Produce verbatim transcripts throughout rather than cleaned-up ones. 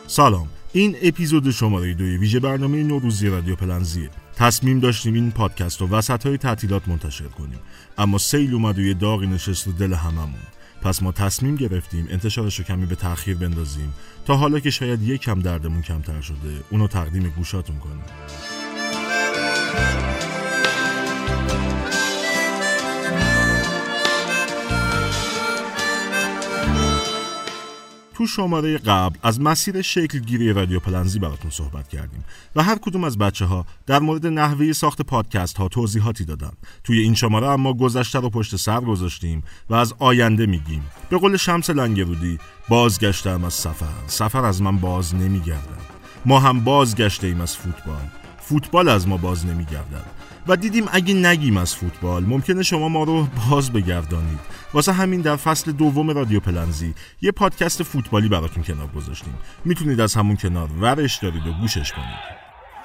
سلام، این اپیزود شماره دوی ویژه برنامه نوروزی رادیو پلنزیه. تصمیم داشتیم این پادکست رو وسط‌های تعطیلات منتشر کنیم، اما سیل اومد و یه داغی نشست رو دل هممون. پس ما تصمیم گرفتیم انتشارش رو کمی به تأخیر بندازیم تا حالا که شاید یک کم دردمون کمتر شده اونو تقدیم گوشاتون کنیم. تو شماره قبل از مسیر شکلگیری رادیو پلنزی براتون صحبت کردیم و هر کدوم از بچه ها در مورد نحوه ساخت پادکست ها توضیحاتی دادن. توی این شماره اما گذشته رو پشت سر گذاشتیم و از آینده میگیم. به قول شمس لنگرودی، بازگشتم از سفر، سفر از من باز نمیگردد. ما هم بازگشته ایم از فوتبال، فوتبال از ما باز نمیگردد. و دیدیم اگه نگیم از فوتبال ممکنه شما ما رو باز بگردانید. واسه همین در فصل دوم رادیو پلنزی یه پادکست فوتبالی براتون کنار گذاشتیم. میتونید از همون کنار ورش دارید و گوشش کنید.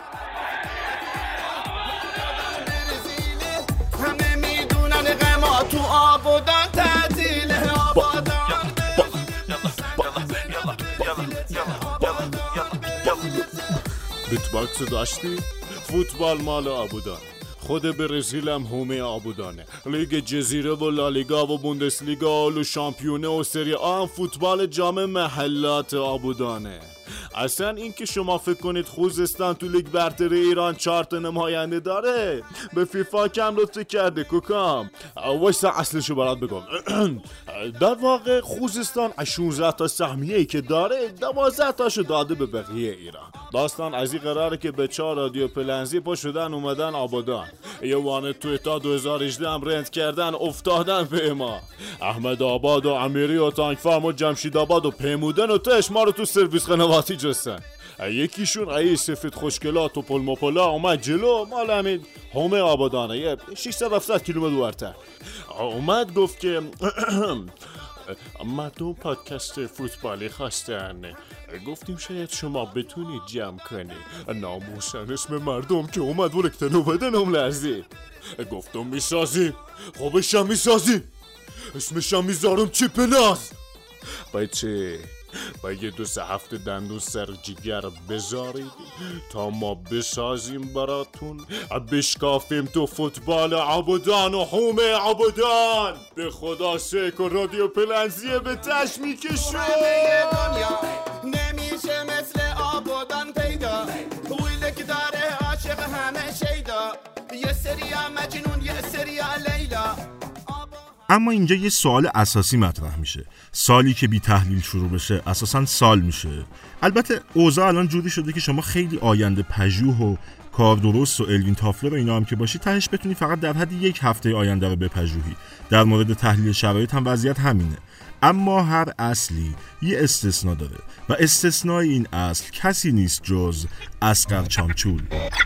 بیتباکس داشتی؟ فوتبال مال آبودان. خود برزیل هم هومه آبودانه. لیگ جزیره و لالیگا و بوندسلیگا و شامپیونه و سری آ هم فوتبال جام محلات آبودانه. اصلا این که شما فکر کنید خوزستان تو لیگ برتر ایران چهار تا نماینده داره به فیفا کم لطفی کرده کوکام. وایسا اصلشو برات بگم. در واقع خوزستان از شانزده تا سهمیه‌ای که داره دوازده تاشو داده به بقیه ایران. داستان از این قراره که به چهار رادیو پلنزی پا شدن اومدن آبادان. یه وانه توی تا دو هزار و هجده هم رنت کردن افتادن به ما. احمد آباد و امیری و تانک فارم و جمشید آباد و پیمودن و تش ما رو تو سرویس قنواتی جستن. یکیشون ای سفید خوشگلات و پل مپلا اومد جلو مال همین هومه آبادانه یه ششصد هفتصد کیلومتر دورتر اومد گفت که مردم پادکست فوتبالی خواستن. گفتیم شاید شما بتونید جمع کنی. ناموسن اسم مردم که اومد ورکتنو بدنم لرزید. گفتم میسازی. خوبشم میسازی. اسمشم میذارم چیپ ناز. بچه با یه دو سه هفته دندون سر جگر بذارید تا ما بسازیم براتون بشکافیم تو فوتبال عبودان و حومه عبودان. به خدا شکر رادیو پلنزیه به تش میکشون. دنیا نمیشه مثل عبودان پیدا. طویله که داره عاشق همه شیدا. یه سریا مجنون یه سریا لیلا. اما اینجا یه سوال اساسی مطرح میشه. سالی که بی تحلیل شروع بشه اساساً سال میشه. البته اوضاع الان جوری شده که شما خیلی آینده پژوه و کار درست و الوین تافلر و اینا هم که باشی تهش بتونی فقط در حد یک هفته آینده رو بپژوهی. در مورد تحلیل شرایط هم وضعیت همینه. اما هر اصلی یه استثناء داره و استثنای این اصل کسی نیست جز اصغر چانچول.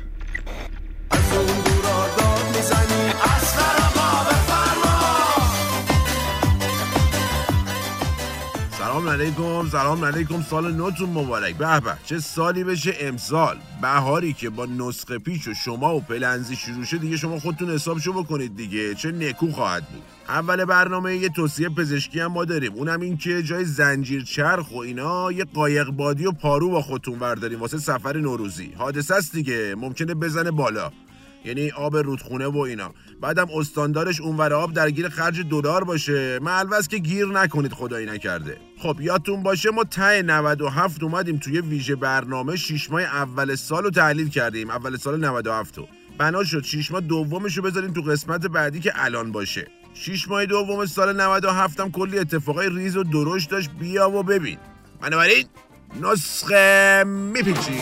سلام علیکم سلام علیکم سال نوتون مبارک. به به چه سالی بشه امسال. بهاری که با نسخه پیش و شما و پلنزی شروع شد دیگه شما خودتون حسابشو بکنید دیگه چه نکو خواهد بود. اول برنامه یه توصیه پزشکی هم ما داریم، اونم این که جای زنجیر چرخ و اینا یه قایق بادی و پارو با خودتون برداریم واسه سفر نوروزی. حادثه است دیگه، ممکنه بزنه بالا، یعنی آب رودخونه و اینا. بعدم استاندارش اونور آب درگیر خرج دلار باشه. معلومه که گیر نکنید خدایی نکرده. خب یادتون باشه ما ته نود و هفت اومدیم توی ویژه برنامه شش ماه اول سال رو تحلیل کردیم، اول سال نود و هفت رو. بنا شد شش ماه دومش رو بذاریم تو قسمت بعدی که الان باشه. شش ماه دوم سال نود و هفت هم کلی اتفاقای ریز و درشت داشت. بیا و ببین. بنابراین نسخه میپیچیم.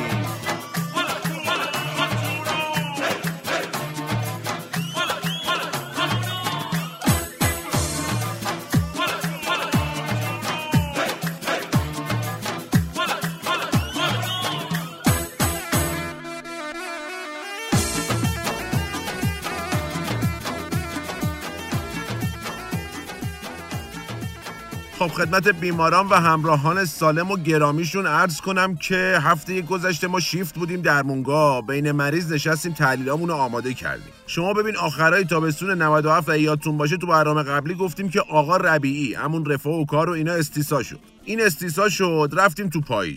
خب خدمت بیماران و همراهان سالم و گرامیشون عرض کنم که هفته گذشته ما شیفت بودیم در مونگا، بین مریض نشستیم تحلیلامون رو آماده کردیم. شما ببین آخرای تابستون نود و هفت یادتون باشه تو برنامه قبلی گفتیم که آقا ربیعی همون رفاه و کار و اینا استیصا شد. این استیصا شد، رفتیم تو پاییز.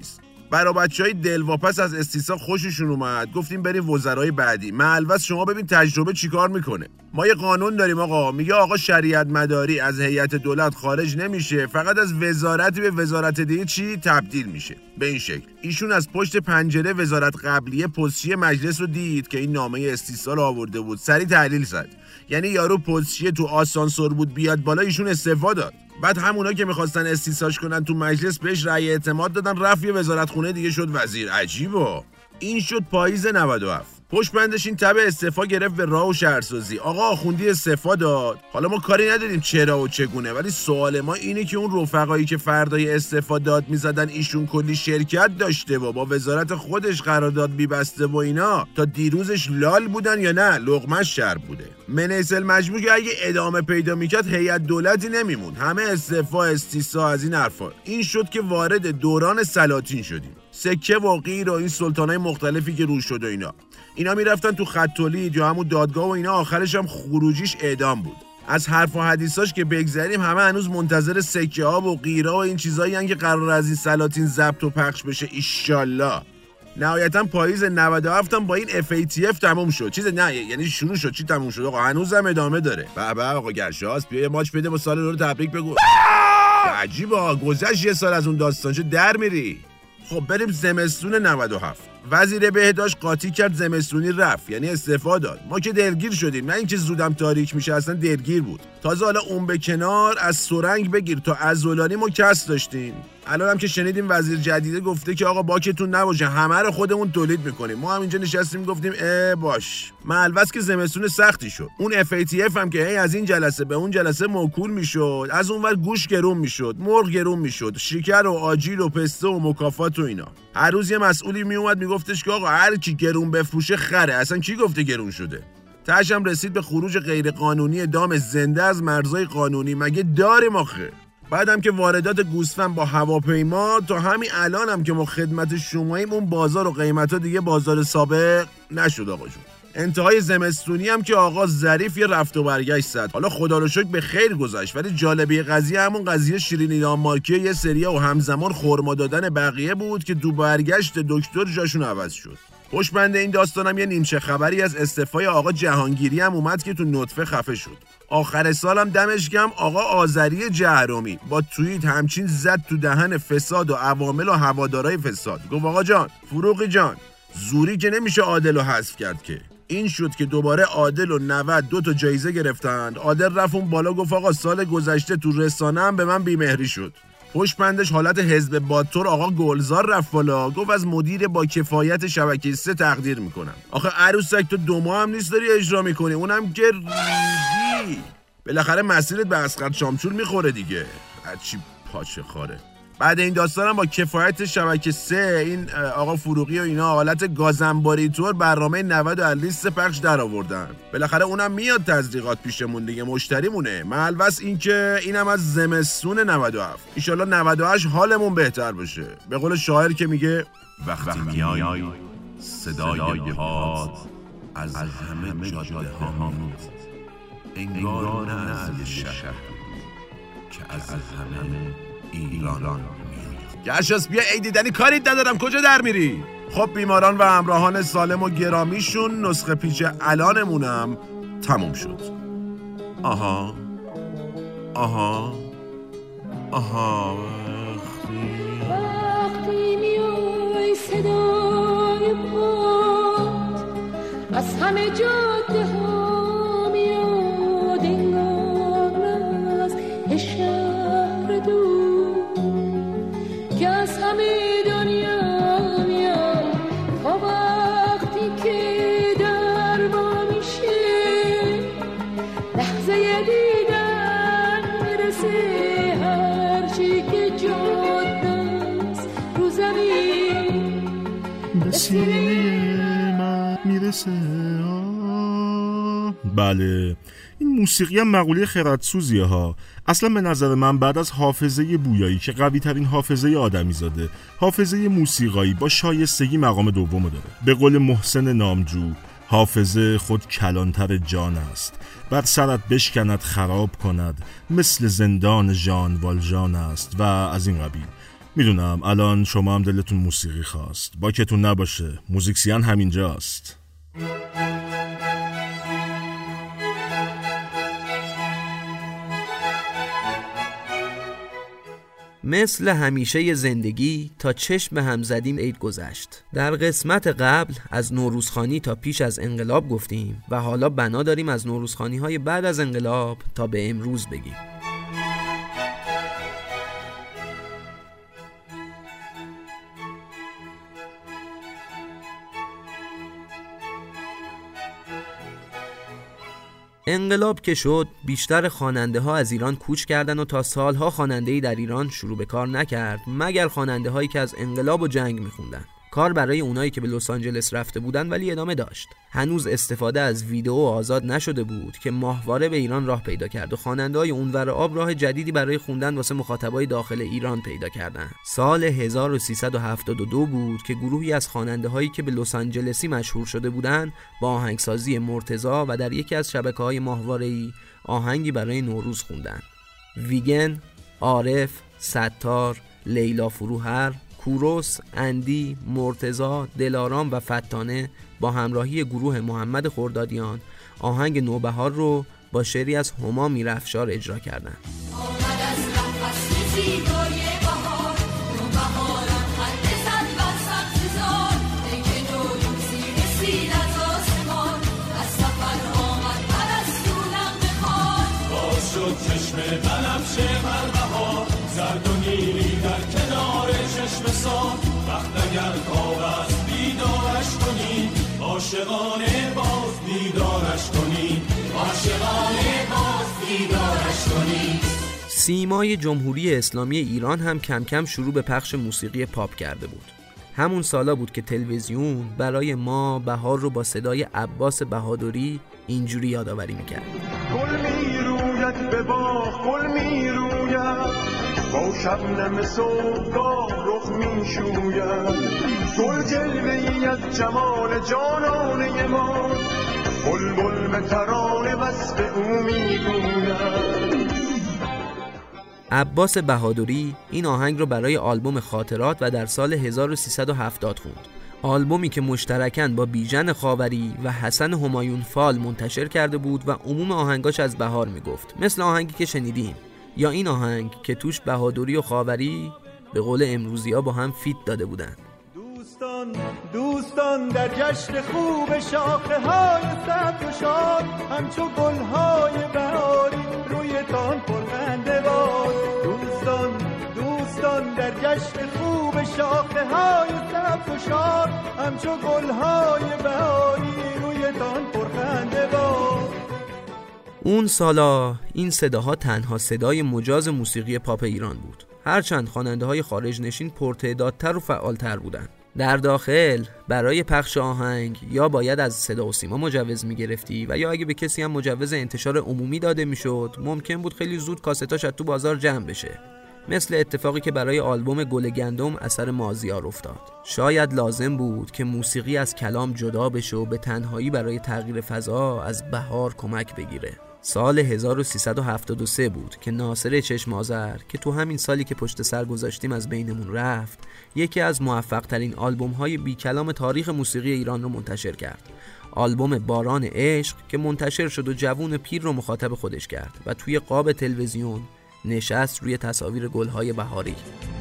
برای بچهای دلواپس از استیسا خوششون اومد، گفتیم بریم وزرای بعدی. مالوس شما ببین تجربه چیکار میکنه. ما یه قانون داریم آقا، میگه آقا شریعت مداری از هیئت دولت خارج نمیشه، فقط از وزارتی به وزارت دیگه چی تبدیل میشه. به این شکل ایشون از پشت پنجره وزارت قبلیه پستچی مجلس رو دید که این نامه استیصال آورده بود، سری تحلیل زد. یعنی یارو پستچی تو آسانسور بود بیاد بالا، ایشون استعفا داد. بعد همونا که میخواستن استیصاش کنن تو مجلس بهش رأی اعتماد دادن، رفت یه وزارت خونه دیگه شد وزیر. عجیبا. این شد پاییز نود و هفت. پشت بندش این تبع استعفا گرفت به راه و شهرسازی. آقا آخوندی استعفا داد. حالا ما کاری نداریم چرا و چگونه، ولی سوال ما اینه که اون رفقایی که فردای استعفا داد میزدن ایشون کلی شرکت داشته و با وزارت خودش قرارداد میبسته و اینا، تا دیروزش لال بودن یا نه لقمه‌اش شرب بوده. منیس المجموع که اگه ادامه پیدا میکرد هیئت دولتی نمیمون، همه استعفا استیصا از این حرفا. این شد که وارد دوران سلاطین شدیم. سکه و غیر و این سلطانای مختلفی که روش شد و اینا اینا میرفتن تو خط تولید یا همون دادگاه و اینا، آخرش هم خروجیش اعدام بود. از حرف و حدیثاش که بگذریم همه هنوز منتظر سکه ها و غیره و این چیزایی هن که قرار از این سلاطین ضبط و پخش بشه ایشالله. نهایتا پاییز نود و هفت هم با این اف ای تی اف تموم شد. چیز نه یعنی شروع شد، چی تموم شد آقا، هنوزم ادامه داره. بابا آقا گرشاس بیا یه ماچ بده با سال نو رو تبریک بگو. عجیبا گذشت یه سال از اون داستان، چه در میری؟ خب بریم زمستون نود و هفت. وزیر بهداشت قاطی کرد، زمستونی رفت، یعنی استعفا داد. ما که دلگیر شدیم، نه اینکه زودم تاریک میشه، اصلا دلگیر بود. تازه حالا اون به کنار، از سرنگ بگیر تا عضلانی ما کس داشتیم. الان هم که شنیدیم وزیر جدیده گفته که آقا باکتون نباشه، همه رو خودمون تولید میکنیم. ما هم اینجا نشستیم گفتیم اه باش. مالوس که زمستون سختی شد. اون اف ای تی اف هم که هی از این جلسه به اون جلسه موکول میشد، از اونور گوش گرون میشد، مرغ گرون میشد، شکر و آجیل و پسته و مکافات و اینا. هر روز یه مسئولی میومد میگفتش که آقا هر کی گرون بفروشه خره. اصلا کی گفته گرون شده؟ تاش هم رسید به خروج غیر قانونی دام زنده از مرزهای قانونی. مگه داریم آخه؟ بعدم که واردات گوسفند با هواپیما، تا همین الان هم که ما خدمت شماییم اون بازار و قیمتا دیگه بازار سابق نشد آقا جون. انتهای زمستونی هم که آقا ظریف یه رفت و برگشت زد. حالا خدا رو شکر به خیر گذشت، ولی جالبی قضیه همون قضیه شیرینی دانمارکی یه سریه و همزمان خرما دادن بقیه بود که دو برگشت دکتر جاشون عوض شد. پشت بند این داستانم یه نیمچه خبری از استعفای آقا جهانگیری هم اومد که تو نطفه خفه شد. آخر سالم دمش گرم آقا آذری جهرومی با توییت همچین زد تو دهن فساد و عوامل و هوادارای فساد. گفت آقا جان، فروغی جان، زوری که نمیشه عادل رو حذف کرد که. این شد که دوباره عادل و نود دو تا جایزه گرفتند. عادل رفت اون بالا گفت آقا سال گذشته تو رسانه هم به من بیمهری شد. پشت بندش حالت حزب بادتور آقا گلزار رفت بالا، گفت از مدیر با کفایت شبکه سه تقدیر میکنم. آخه عروسک تو دو ماه هم نیست داری اجرا میکنی، اونم که ریدی. بالاخره مسیرت به اسقر شامچور میخوره دیگه، هرچی پاچه خاره. بعد این داستانم با کفایت شبکه سه این آقا فروغی و اینا حالت گازنباری طور برنامه نود و لیست پخش در آوردن. بالاخره اونم میاد تزریقات پیشمون دیگه، مشتریمونه. مالوس این که اینم از زمستون نود و هفت. ان شاءالله نود و هشت حالمون بهتر بشه. به قول شاعر که میگه وقتی میای صدای پاد از همه جاده ها میاد، انگار نه از یه شهر که از همه ایران میاد. گرشاس بیا ای دیدنی کاریت ندارم، کجا در میری؟ خب بیماران و همراهان سالم و گرامیشون، نسخه پیچ الانمونم تموم شد. آها آها آها وقتی وقتی میای صدای پاد از همه جاده ها میاد، انگار از شهر دور که از همه دنیا میاد. تا وقتی که در با میشه لحظه دیدن میرسه، هرچی که جاده است رو زمین به سینه من میرسه. بله این موسیقی هم مقوله خردسوزیه ها. اصلا به نظر من بعد از حافظه بویایی که قوی ترین حافظه آدمی زاده، حافظه موسیقایی با شایستگی مقام دوم داره. به قول محسن نامجو، حافظه خود کلانتر جان است، بر سرت بشکند خراب کند، مثل زندان ژان والژان است و از این قبیل. میدونم الان شما هم دلتون موسیقی خواست. با کتون نباشه، موزیکسیان همینجاست. مثل همیشه زندگی تا چشم هم زدیم عید گذشت. در قسمت قبل از نوروزخوانی تا پیش از انقلاب گفتیم و حالا بنا داریم از نوروزخوانی های بعد از انقلاب تا به امروز بگیم. انقلاب که شد بیشتر خواننده ها از ایران کوچ کردن و تا سالها خواننده‌ای در ایران شروع به کار نکرد مگر خواننده هایی که از انقلاب و جنگ میخوندن. کار برای اونایی که به لس آنجلس رفته بودن ولی ادامه داشت. هنوز استفاده از ویدئو آزاد نشده بود که ماهواره به ایران راه پیدا کرد و خواننده‌های اونور آب راه جدیدی برای خوندن واسه مخاطبای داخل ایران پیدا کردن. سال هزار و سیصد و هفتاد و دو بود که گروهی از خواننده‌هایی که به لس آنجلسی مشهور شده بودن با آهنگسازی مرتضی و در یکی از شبکه‌های ماهواره‌ای آهنگی برای نوروز خوندن. ویگن، عارف، ستار، لیلا فروهر، کوروس، اندی، مرتضی، دلارام و فتانه با همراهی گروه محمد خردادیان آهنگ نوبهار رو با شعری از هما میرافشار اجرا کردند. چشم بنفشه مربها زرد و نیلی در کنار چشم سان وقت اگر کاغذ بیدارش کنی عاشقانه باز بیدارش کنی عاشقانه باز بیدارش کنی. سیمای جمهوری اسلامی ایران هم کم کم شروع به پخش موسیقی پاپ کرده بود. همون سالا بود که تلویزیون برای ما بهار رو با صدای عباس بهادری اینجوری یادآوری میکرد. گل میروید به باغ گل میروید با شبنم صبحگاه رخ میشوید گل جلوه‌ای از جمال جانانه ما بلبل به ترانه وصف او میگوید. عباس بهادری این آهنگ رو برای آلبوم خاطرات و در سال هزار و سیصد و هفتاد خوند. آلبومی که مشترکاً با بیژن خاوری و حسن همایون فال منتشر کرده بود و عموم آهنگاش از بهار میگفت، مثل آهنگی که شنیدیم یا این آهنگ که توش بهادری و خاوری به قول امروزی‌ها با هم فیت داده بودن. دوستان دوستان در جشن خوب شاخه های سبز و شاد همچو گل های بهاری روی تان پرخنده باد. دوستان دوستان در جشن خوب شاخه های سبز و شاد همچو گل های بهاری روی تان پرخنده باد. اون سالا این صداها تنها صدای مجاز موسیقی پاپ ایران بود، هرچند خواننده های خارج نشین پرتعدادتر و فعالتر بودند. در داخل برای پخش آهنگ یا باید از صدا و سیما مجوز می گرفتی و یا اگه به کسی هم مجوز انتشار عمومی داده می شد ممکن بود خیلی زود کاستاش از تو بازار جمع بشه، مثل اتفاقی که برای آلبوم گل گندم اثر مازیار افتاد. شاید لازم بود که موسیقی از کلام جدا بشه و به تنهایی برای تغییر فضا از بهار کمک بگیره. سال هزار و سیصد و هفتاد و سه بود که ناصر چشم آذر که تو همین سالی که پشت سر گذاشتیم از بینمون رفت، یکی از موفق ترین آلبوم های بی کلام تاریخ موسیقی ایران رو منتشر کرد. آلبوم باران عشق که منتشر شد و جوون پیر رو مخاطب خودش کرد و توی قاب تلویزیون نشست روی تصاویر گل‌های بهاری.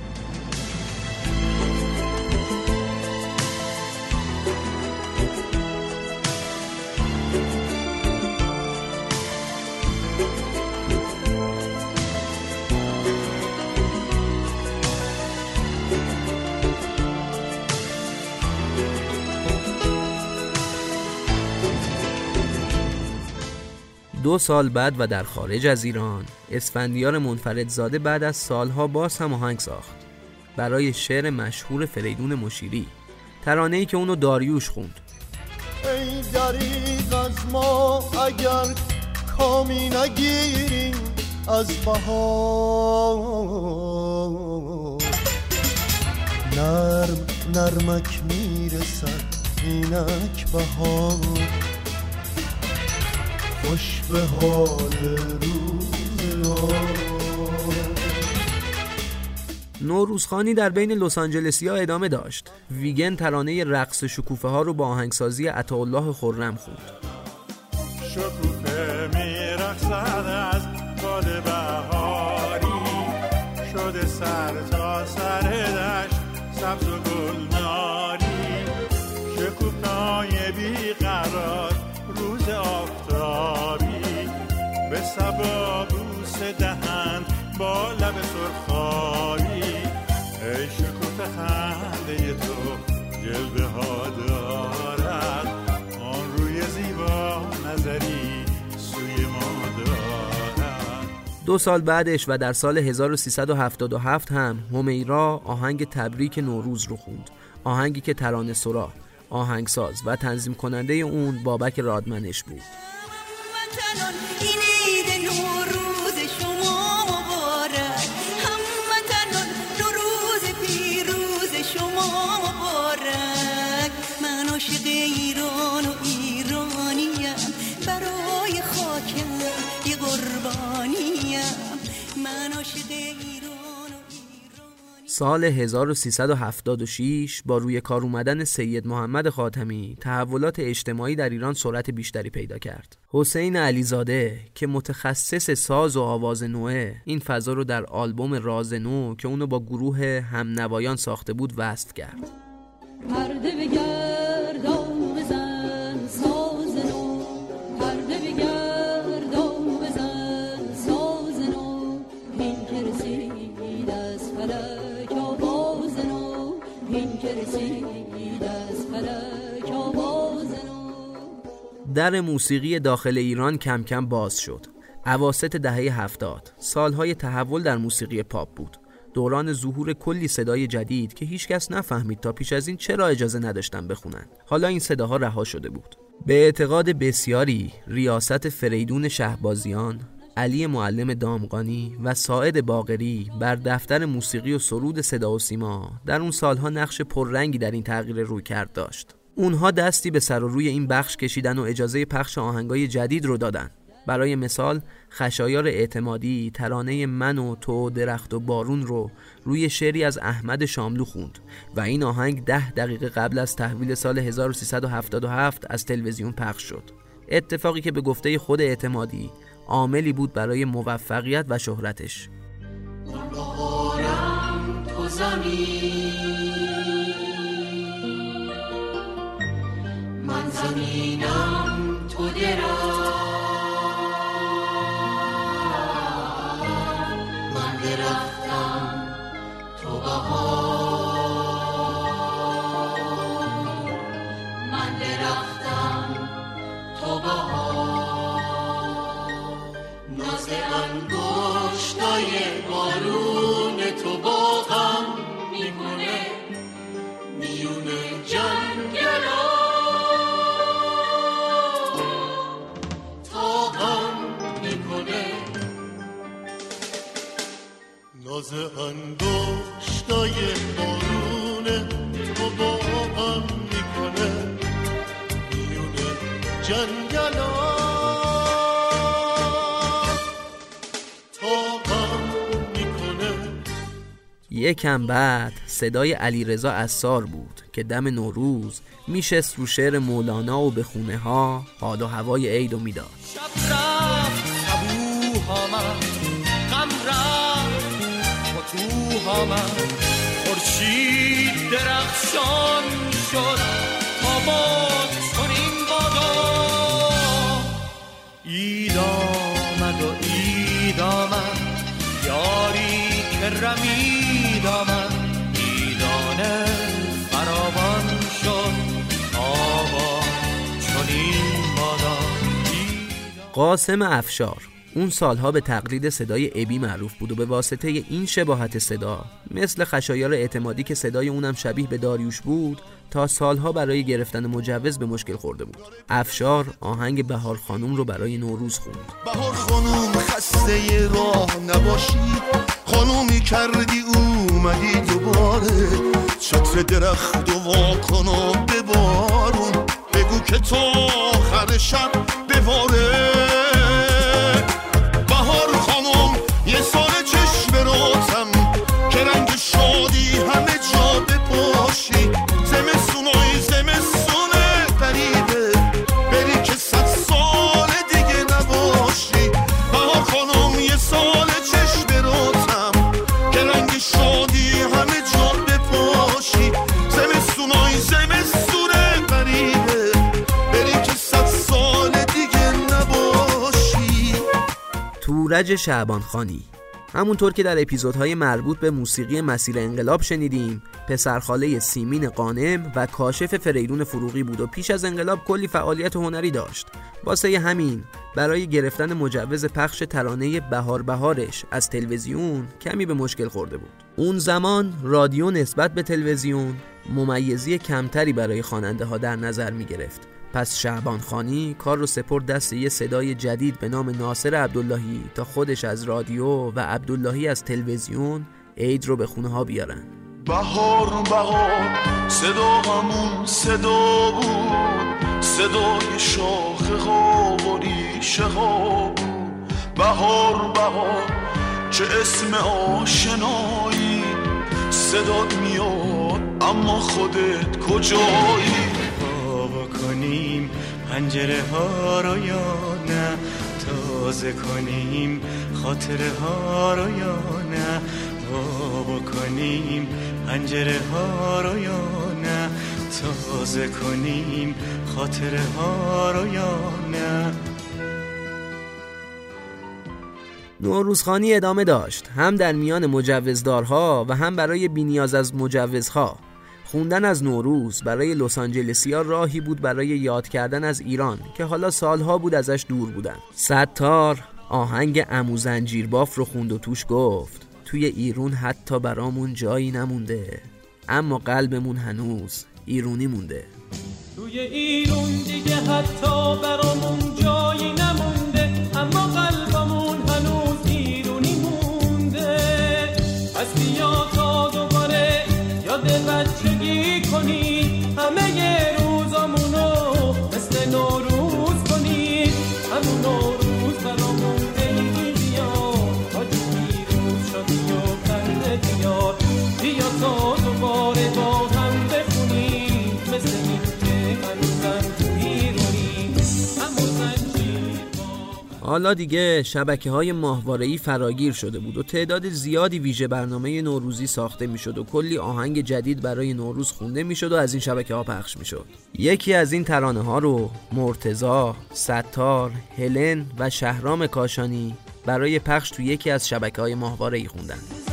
دو سال بعد و در خارج از ایران اسفندیار منفردزاده بعد از سالها باز هم آهنگ ساخت برای شعر مشهور فریدون مشیری، ترانه‌ای که اونو داریوش خوند. ای دریغ از ما اگر کامی نگیریم از بهار، نرم نرمک میرسد اینک بهار، خوش به حال روزگار. نوروزخوانی در بین لس آنجلسی‌ها ادامه داشت. ویگن ترانه رقص شکوفه ها رو با آهنگسازی عطاالله خرم خوند. شکوفه میرقصد از باد بهاری، شده سر تا سر دشت سبز و گلناری. شکوفه‌های بیقرار روز آفتابی، به صبا بوسه دهند با لب سرخابی. ای شکوفه خنده تو جلوه ها دارد، آن روی زیبا نظری سوی ما دارد. دو سال بعدش و در سال هزار و سیصد و هفتاد و هفت هم همیرا آهنگ تبریک نوروز رو خوند. آهنگی که ترانه سرا، آهنگساز و تنظیم کننده اون بابک رادمنش بود. سال هزار و سیصد و هفتاد و شش با روی کار اومدن سید محمد خاتمی تحولات اجتماعی در ایران سرعت بیشتری پیدا کرد. حسین علیزاده که متخصص ساز و آواز نوعه، این فضا رو در آلبوم راز نو که اونو با گروه همنوایان ساخته بود وصف کرد. پرده بگردان بزن ساز نو، پرده بگردان بزن ساز نو، این که رسید از فلک آواز نو، این که رسید از فلک آواز نو. در موسیقی داخل ایران کم کم باز شد. اواسط دهه هفتاد سالهای تحول در موسیقی پاپ بود. دوران ظهور کلی صدای جدید که هیچ کس نفهمید تا پیش از این چرا اجازه نداشتن بخونن. حالا این صداها رها شده بود. به اعتقاد بسیاری ریاست فریدون شهبازیان، علی معلم دامغانی و ساعد باقری بر دفتر موسیقی و سرود صدا و سیما در اون سالها نقش پررنگی در این تغییر رویکرد داشت. اونها دستی به سر و روی این بخش کشیدن و اجازه پخش آهنگای جدید رو دادن. برای مثال خشایار اعتمادی ترانه من و تو درخت و بارون رو روی شعری از احمد شاملو خوند و این آهنگ ده دقیقه قبل از تحویل سال هزار و سیصد و هفتاد و هفت از تلویزیون پخش شد. اتفاقی که به گفته خود اعتمادی عاملی بود برای موفقیت و شهرتش. من زمینم تو درخت، من درختم تو بهار، من درختم تو بهار، ناز انگشتای بارون تو باغم میکنه میون جنگلا، ناز انگشتای بارون تو با هم میکنه میون جنگلا، تا هم میکنه. یکم بعد صدای علیرضا عصار بود که دم نوروز میشست رو شعر مولانا و به خونه ها حال و هوای عیدو میداد. شب رفت صبوح آمد غم رفت فتوح آمد خورشید درخشان شد آباد چنین بادا، عید آمد و عید آمد یاری که رمید آمد، عیدانه فراوان شد آباد چنین بادا. قاسم افشار اون سالها به تقلید صدای ابی معروف بود و به واسطه این شباهت صدا مثل خشایار اعتمادی که صدای اونم شبیه به داریوش بود تا سالها برای گرفتن مجوز به مشکل خورده بود. افشار آهنگ بهار خانوم رو برای نوروز خوند. بهار خانوم خسته راه نباشی، خانومی کردی اومدی دوباره، چتر درخت و واکن و ببارون، بگو که تو آخر شب بباره. بهار خانوم یه سال چشم راتم که رنگش هورج شعبانخانی. همونطور که در اپیزودهای مربوط به موسیقی مسیر انقلاب شنیدیم، پسرخاله سیمین غانم و کاشف فریدون فروغی بود و پیش از انقلاب کلی فعالیت هنری داشت. واسه همین برای گرفتن مجوز پخش ترانه بهار بهارش از تلویزیون کمی به مشکل خورده بود. اون زمان رادیو نسبت به تلویزیون ممیزی کمتری برای خواننده ها در نظر می گرفت. پس شعبانخانی کار رو سپرد دست یه صدای جدید به نام ناصر عبداللهی تا خودش از رادیو و عبداللهی از تلویزیون عید رو به خونه ها بیارن. بهار بهار صدامون صدا بود، صدای شاخه ها و ریشه ها بود. بهار بهار چه اسم آشنایی، صدات میاد اما خودت کجایی؟ کنیم پنجره ها رو یا نه، تازه کنیم خاطره ها رو یا نه، وا کنیم پنجره ها رو یا نه، تازه کنیم خاطره ها رو یا نه. نوروزخوانی ادامه داشت، هم در میان مجوزدارها و هم برای بی‌نیاز از مجوزها. خوندن از نوروز برای لس آنجلسی‌ها راهی بود برای یاد کردن از ایران که حالا سالها بود ازش دور بودن. ستار آهنگ عمو زنجیرباف رو خوند و توش گفت توی ایرون حتی برامون جایی نمونده، اما قلبمون هنوز ایرونی مونده. توی ایرون دیگه حتی برامون جایی نمونده، اما قلبمون هنوز ایرونی مونده. پس بیا تا دوباره یاد بچگی کنی، همه روزامونو مثل نوروز کنی. همون نوروز برامون عیدی بیاد، تا پیروز شدی و خنده بیاد. بیا تا دوباره با هم بخونی، مثل این که هنوزم ایرونی. همون زنجیر حالا دیگه شبکه‌های ماهواره‌ای فراگیر شده بود و تعداد زیادی ویژه برنامه نوروزی ساخته می‌شد و کلی آهنگ جدید برای نوروز خونده می‌شد و از این شبکه‌ها پخش می‌شد. یکی از این ترانه‌ها رو مرتضی، ستار، هلن و شهرام کاشانی برای پخش تو یکی از شبکه‌های ماهواره‌ای خوندن.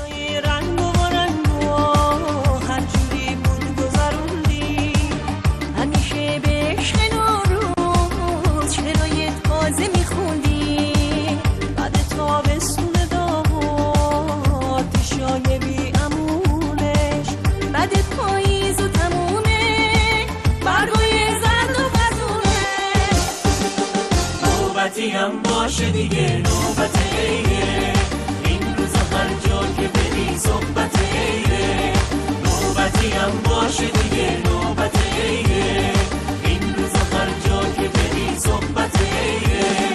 هم باشه دیگه نوبت عیده، این روزا هر جا که بری صحبت عیده. نوبتی هم باشه دیگه نوبت عیده، این روزا هر جا که بری صحبت عیده.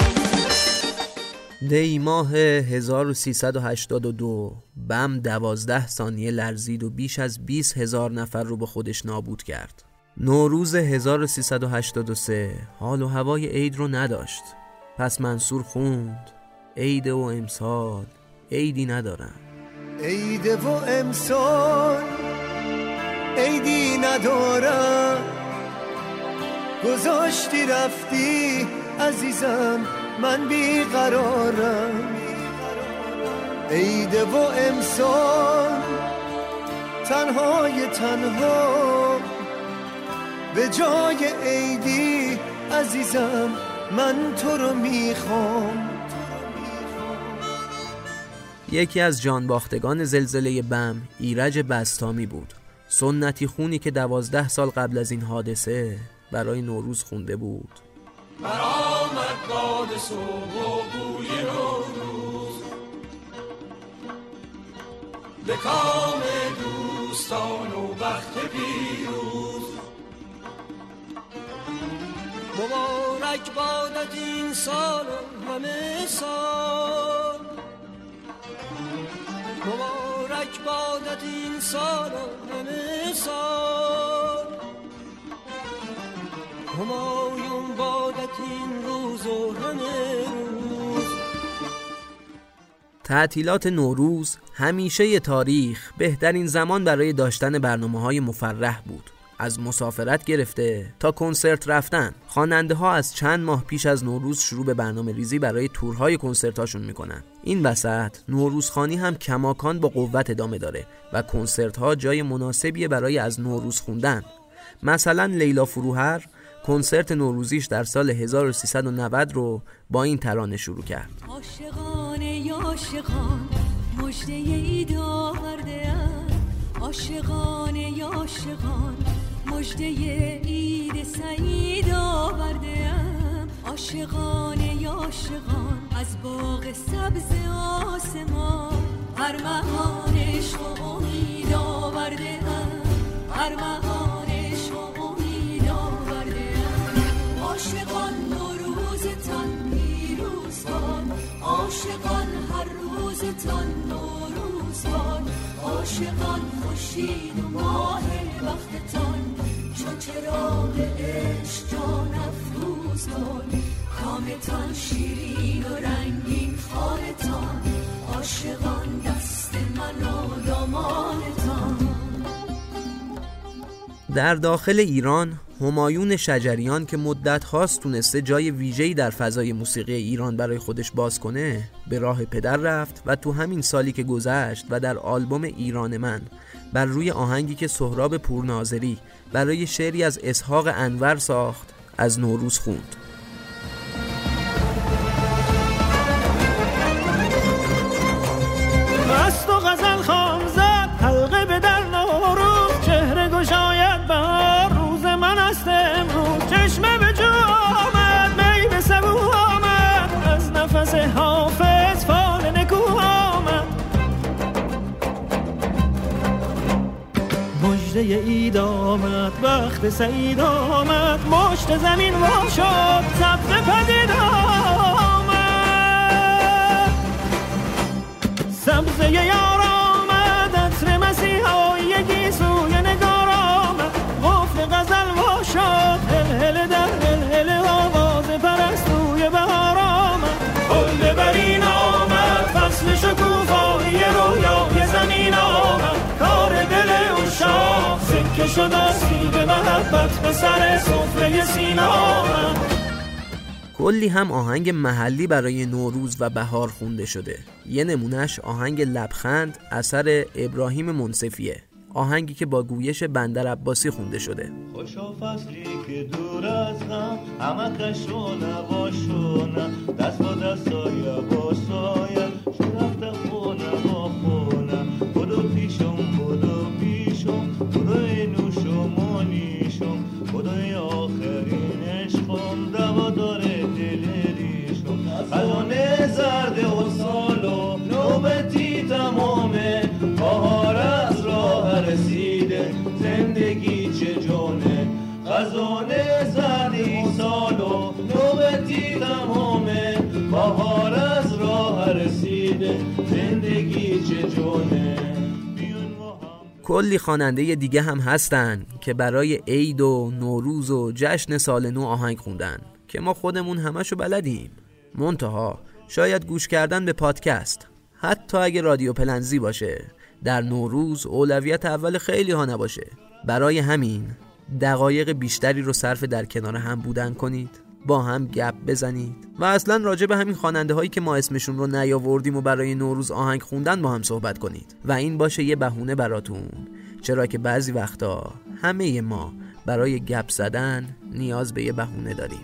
دی ماه هزار و سیصد و هشتاد و دو بم دوازده ثانیه لرزید و بیش از بیست هزار نفر رو به خودش نابود کرد. نوروز هزار و سیصد و هشتاد و سه حال و هوای عید رو نداشت. پس منصور خوند عید و امسال عیدی ندارم. عید و امسال عیدی ندارم، گذاشتی رفتی عزیزم من بیقرارم. عید و امسال تنهای تنها، به جای عیدی عزیزم من تو رو میخوام. یکی از جانباختگان زلزله بم ایرج بسطامی بود، سنتی خونی که دوازده سال قبل از این حادثه برای نوروز خونده بود. برآمد باد صبح و بوی نوروز، به کام دوستان و بخت پیروز. مبارک بادت این سال و همه سال، مبارک بادت این سال و همه سال. همایون بادت این روز و همه روز. تعطیلات نوروز همیشه ی تاریخ بهترین زمان برای داشتن برنامه‌های مفرح بود. از مسافرت گرفته تا کنسرت رفتن، خواننده ها از چند ماه پیش از نوروز شروع به برنامه ریزی برای تورهای کنسرتاشون میکنن. این وسط نوروزخوانی هم کماکان با قوت ادامه داره و کنسرت ها جای مناسبیه برای از نوروز خوندن. مثلا لیلا فروهر کنسرت نوروزیش در سال هزار و سیصد و نود رو با این ترانه شروع کرد. عاشقان یا عاشقان مژده عید آورده‌ام، عاشقان یا عاشقان مژده عید سعید آورده‌ام، عاشقان یا عاشقان از باغ سبز آسمان ارمغان عشق و امید آورده‌ام، ارمغان عشق و امید آورده‌ام. عاشقان نوروزتان پیروز باد، عاشقان هر روزتان نوروز باد، عاشقان خورشید و ماه وقتتان چون چراغ عشق جان افروز باد، کامتان شیرین و رنگین خانتان، عاشقان دست من و دامانتان. در داخل ایران همایون شجریان که مدت هاست تونسته جای ویژه‌ای در فضای موسیقی ایران برای خودش باز کنه، به راه پدر رفت و تو همین سالی که گذشت و در آلبوم ایران من بر روی آهنگی که سهراب پورناظری برای شعری از اسحاق انور ساخت از نوروز خوند. مست و غزل خام زد حلقه به در نوروز، چهره گشاید بهار روز من است امروز، چشمه به جو آمد می به سبو آمد، از نفس حافظ فال نکو آمد. مژده عید آمد وقت سعید آمد، مشت زمین وا شد سبز پدید آمد، سبزه یار آمد عطر مسیحایی گیسوی نگار آمد، قفل غزل وا شد هل در هل هل آواز پرستوی بهار آمد، گل برین آمد فصل شکوفایی رویای زمین آمد، کار دل اون شاه سکه شد از سیب محبت به سر سفره سینا آمد. کلی هم آهنگ محلی برای نوروز و بهار خونده شده. یه نمونهش آهنگ لبخند اثر ابراهیم منصفیه، آهنگی که با گویش بندر عباسی خونده شده. خوشا فصلی که دور از غم همه کشونه باشونه، دست با دستای با سایه شرفت خونه با خونه، بودو پیشم بودو پیشم بودوی نوشم و نیشم، بودوی آخرین عشقم دوا داره دل ریشم، خزانه زرد و سالو نوبتی تمامه، بهار از راه رسیده زندگی چه جونه، خزانه زرد سالو نوبتی تمامه، بهار از راه رسیده زندگی چه جونه. کلی خواننده دیگه هم هستن که برای عید و نوروز و جشن سال نو آهنگ خوندن که ما خودمون همشو بلدیم، منتها شاید گوش کردن به پادکست حتی اگه رادیو پلنزی باشه در نوروز اولویت اول خیلی ها نباشه. برای همین دقایق بیشتری رو صرف در کنار هم بودن کنید، با هم گپ بزنید و اصلا راجع به همین خواننده هایی که ما اسمشون رو نیاوردیم و برای نوروز آهنگ خوندن با هم صحبت کنید و این باشه یه بهونه براتون، چرا که بعضی وقتا همه ما برای گپ زدن نیاز به یه بهونه داریم.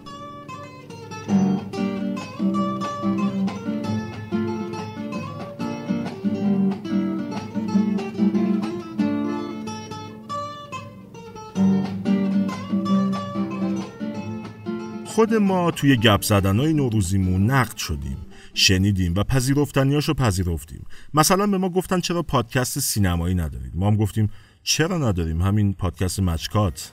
خود ما توی گپ زدنای نوروزیمون نقد شدیم، شنیدیم و پذیرفتنیاشو پذیرفتیم. مثلا به ما گفتن چرا پادکست سینمایی ندارید؟ ما هم گفتیم چرا نداریم، همین پادکست مچکات.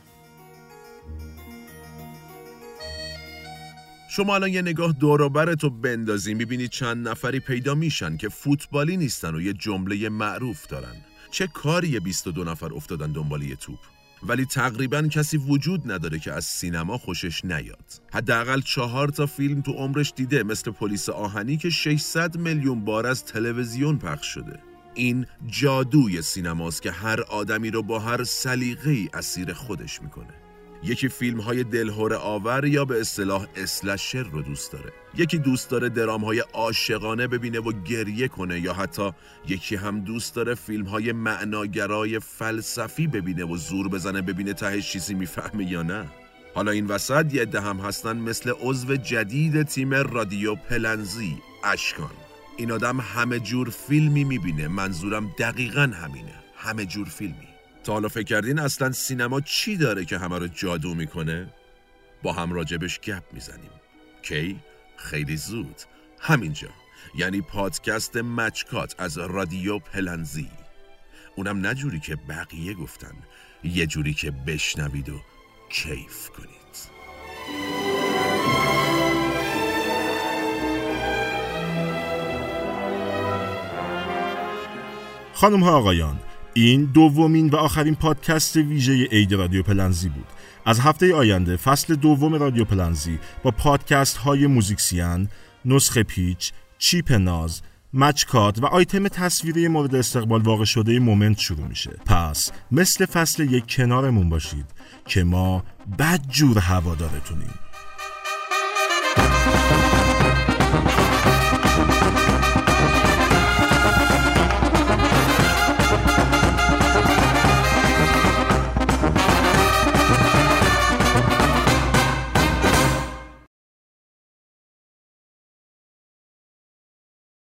شما الان یه نگاه دور و برتو بندازین میبینید چند نفری پیدا میشن که فوتبالی نیستن و یه جمله معروف دارن. چه کاری بیست و دو نفر افتادن دنبال یه توپ؟ ولی تقریباً کسی وجود نداره که از سینما خوشش نیاد. حداقل چهار تا فیلم تو عمرش دیده، مثل پلیس آهنی که ششصد میلیون بار از تلویزیون پخش شده. این جادوی سینماست که هر آدمی رو با هر سلیقه‌ای اسیر خودش میکنه. یکی فیلم‌های دلهره آور یا به اصطلاح اسلشر رو دوست داره. یکی دوست داره درام‌های عاشقانه ببینه و گریه کنه، یا حتی یکی هم دوست داره فیلم‌های معناگرای فلسفی ببینه و زور بزنه ببینه تهش چیزی میفهمه یا نه. حالا این وسط یه عده هم هستن مثل عضو جدید تیم رادیو پلنزی، اشکان. این آدم همه جور فیلمی میبینه، منظورم دقیقاً همینه، همه جور فیلمی. تا حالا فکر کردین اصلا سینما چی داره که همه رو جادو میکنه؟ با هم راجبش گپ میزنیم. کی؟ خیلی زود، همینجا، یعنی پادکست مچکات از رادیو پلنزی. اونم نه جوری که بقیه گفتن، یه جوری که بشنوید و کیف کنید. خانم ها آقایان، این دومین و آخرین پادکست ویژه عید رادیو پلنزی بود. از هفته آینده فصل دوم رادیو پلنزی با پادکست های موزیکسیان، نسخه پیچ، چیپ ناز، مچکات و آیتم تصویری مورد استقبال واقع شده مومنت شروع میشه. پس مثل فصل یک کنارمون باشید که ما بدجور هوادارتونیم.